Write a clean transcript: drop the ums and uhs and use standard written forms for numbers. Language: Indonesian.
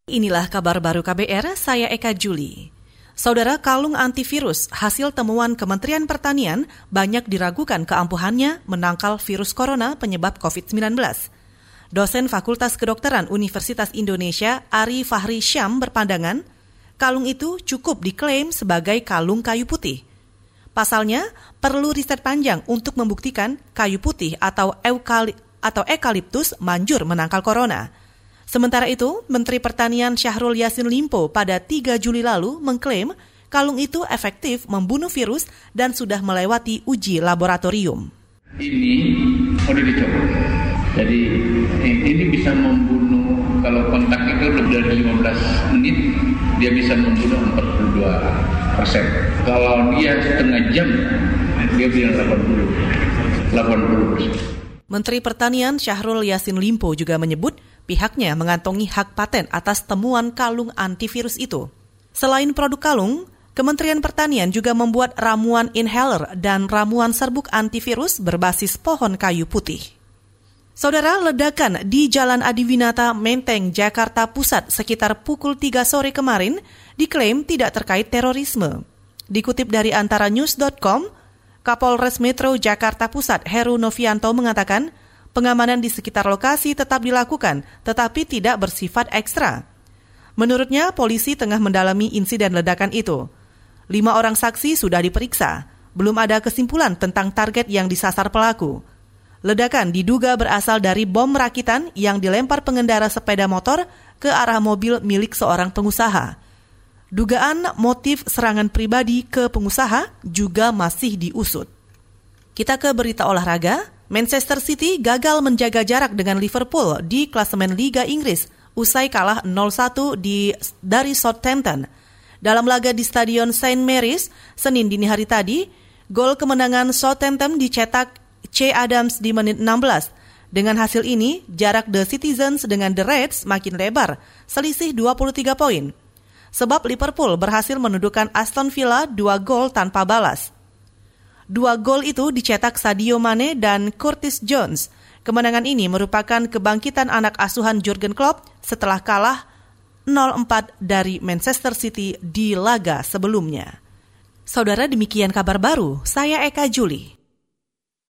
Inilah kabar baru KBR, saya Eka Juli. Saudara, kalung antivirus hasil temuan Kementerian Pertanian banyak diragukan keampuhannya menangkal virus corona penyebab COVID-19. Dosen Fakultas Kedokteran Universitas Indonesia Ari Fahri Syam berpandangan, kalung itu cukup diklaim sebagai kalung kayu putih. Pasalnya, perlu riset panjang untuk membuktikan kayu putih atau eukaliptus manjur menangkal corona. Sementara itu, Menteri Pertanian Syahrul Yassin Limpo pada 3 Juli lalu mengklaim kalung itu efektif membunuh virus dan sudah melewati uji laboratorium. Ini sudah dicoba. Jadi ini bisa membunuh, kalau kontak itu lebih dari 15 menit, dia bisa membunuh 42%. Kalau dia setengah jam, dia bilang 80%. Menteri Pertanian Syahrul Yassin Limpo juga menyebut pihaknya mengantongi hak paten atas temuan kalung antivirus itu. Selain produk kalung, Kementerian Pertanian juga membuat ramuan inhaler dan ramuan serbuk antivirus berbasis pohon kayu putih. Saudara, ledakan di Jalan Adiwinata, Menteng, Jakarta Pusat sekitar pukul 3 sore kemarin diklaim tidak terkait terorisme. Dikutip dari antaranews.com, Kapolres Metro Jakarta Pusat Heru Novianto mengatakan pengamanan di sekitar lokasi tetap dilakukan tetapi tidak bersifat ekstra. Menurutnya, polisi tengah mendalami insiden ledakan itu. 5 orang saksi sudah diperiksa. Belum ada kesimpulan tentang target yang disasar pelaku. Ledakan diduga berasal dari bom rakitan yang dilempar pengendara sepeda motor ke arah mobil milik seorang pengusaha. Dugaan motif serangan pribadi ke pengusaha juga masih diusut. Kita ke berita olahraga. Manchester City gagal menjaga jarak dengan Liverpool di klasemen Liga Inggris usai kalah 0-1 dari Southampton. Dalam laga di Stadion St. Mary's, Senin dini hari tadi, gol kemenangan Southampton dicetak C. Adams di menit 16. Dengan hasil ini, jarak The Citizens dengan The Reds makin lebar, selisih 23 poin. Sebab Liverpool berhasil menundukkan Aston Villa 2 gol tanpa balas. 2 gol itu dicetak Sadio Mane dan Curtis Jones. Kemenangan ini merupakan kebangkitan anak asuhan Jurgen Klopp setelah kalah 0-4 dari Manchester City di laga sebelumnya. Saudara, demikian kabar baru. Saya Eka Juli.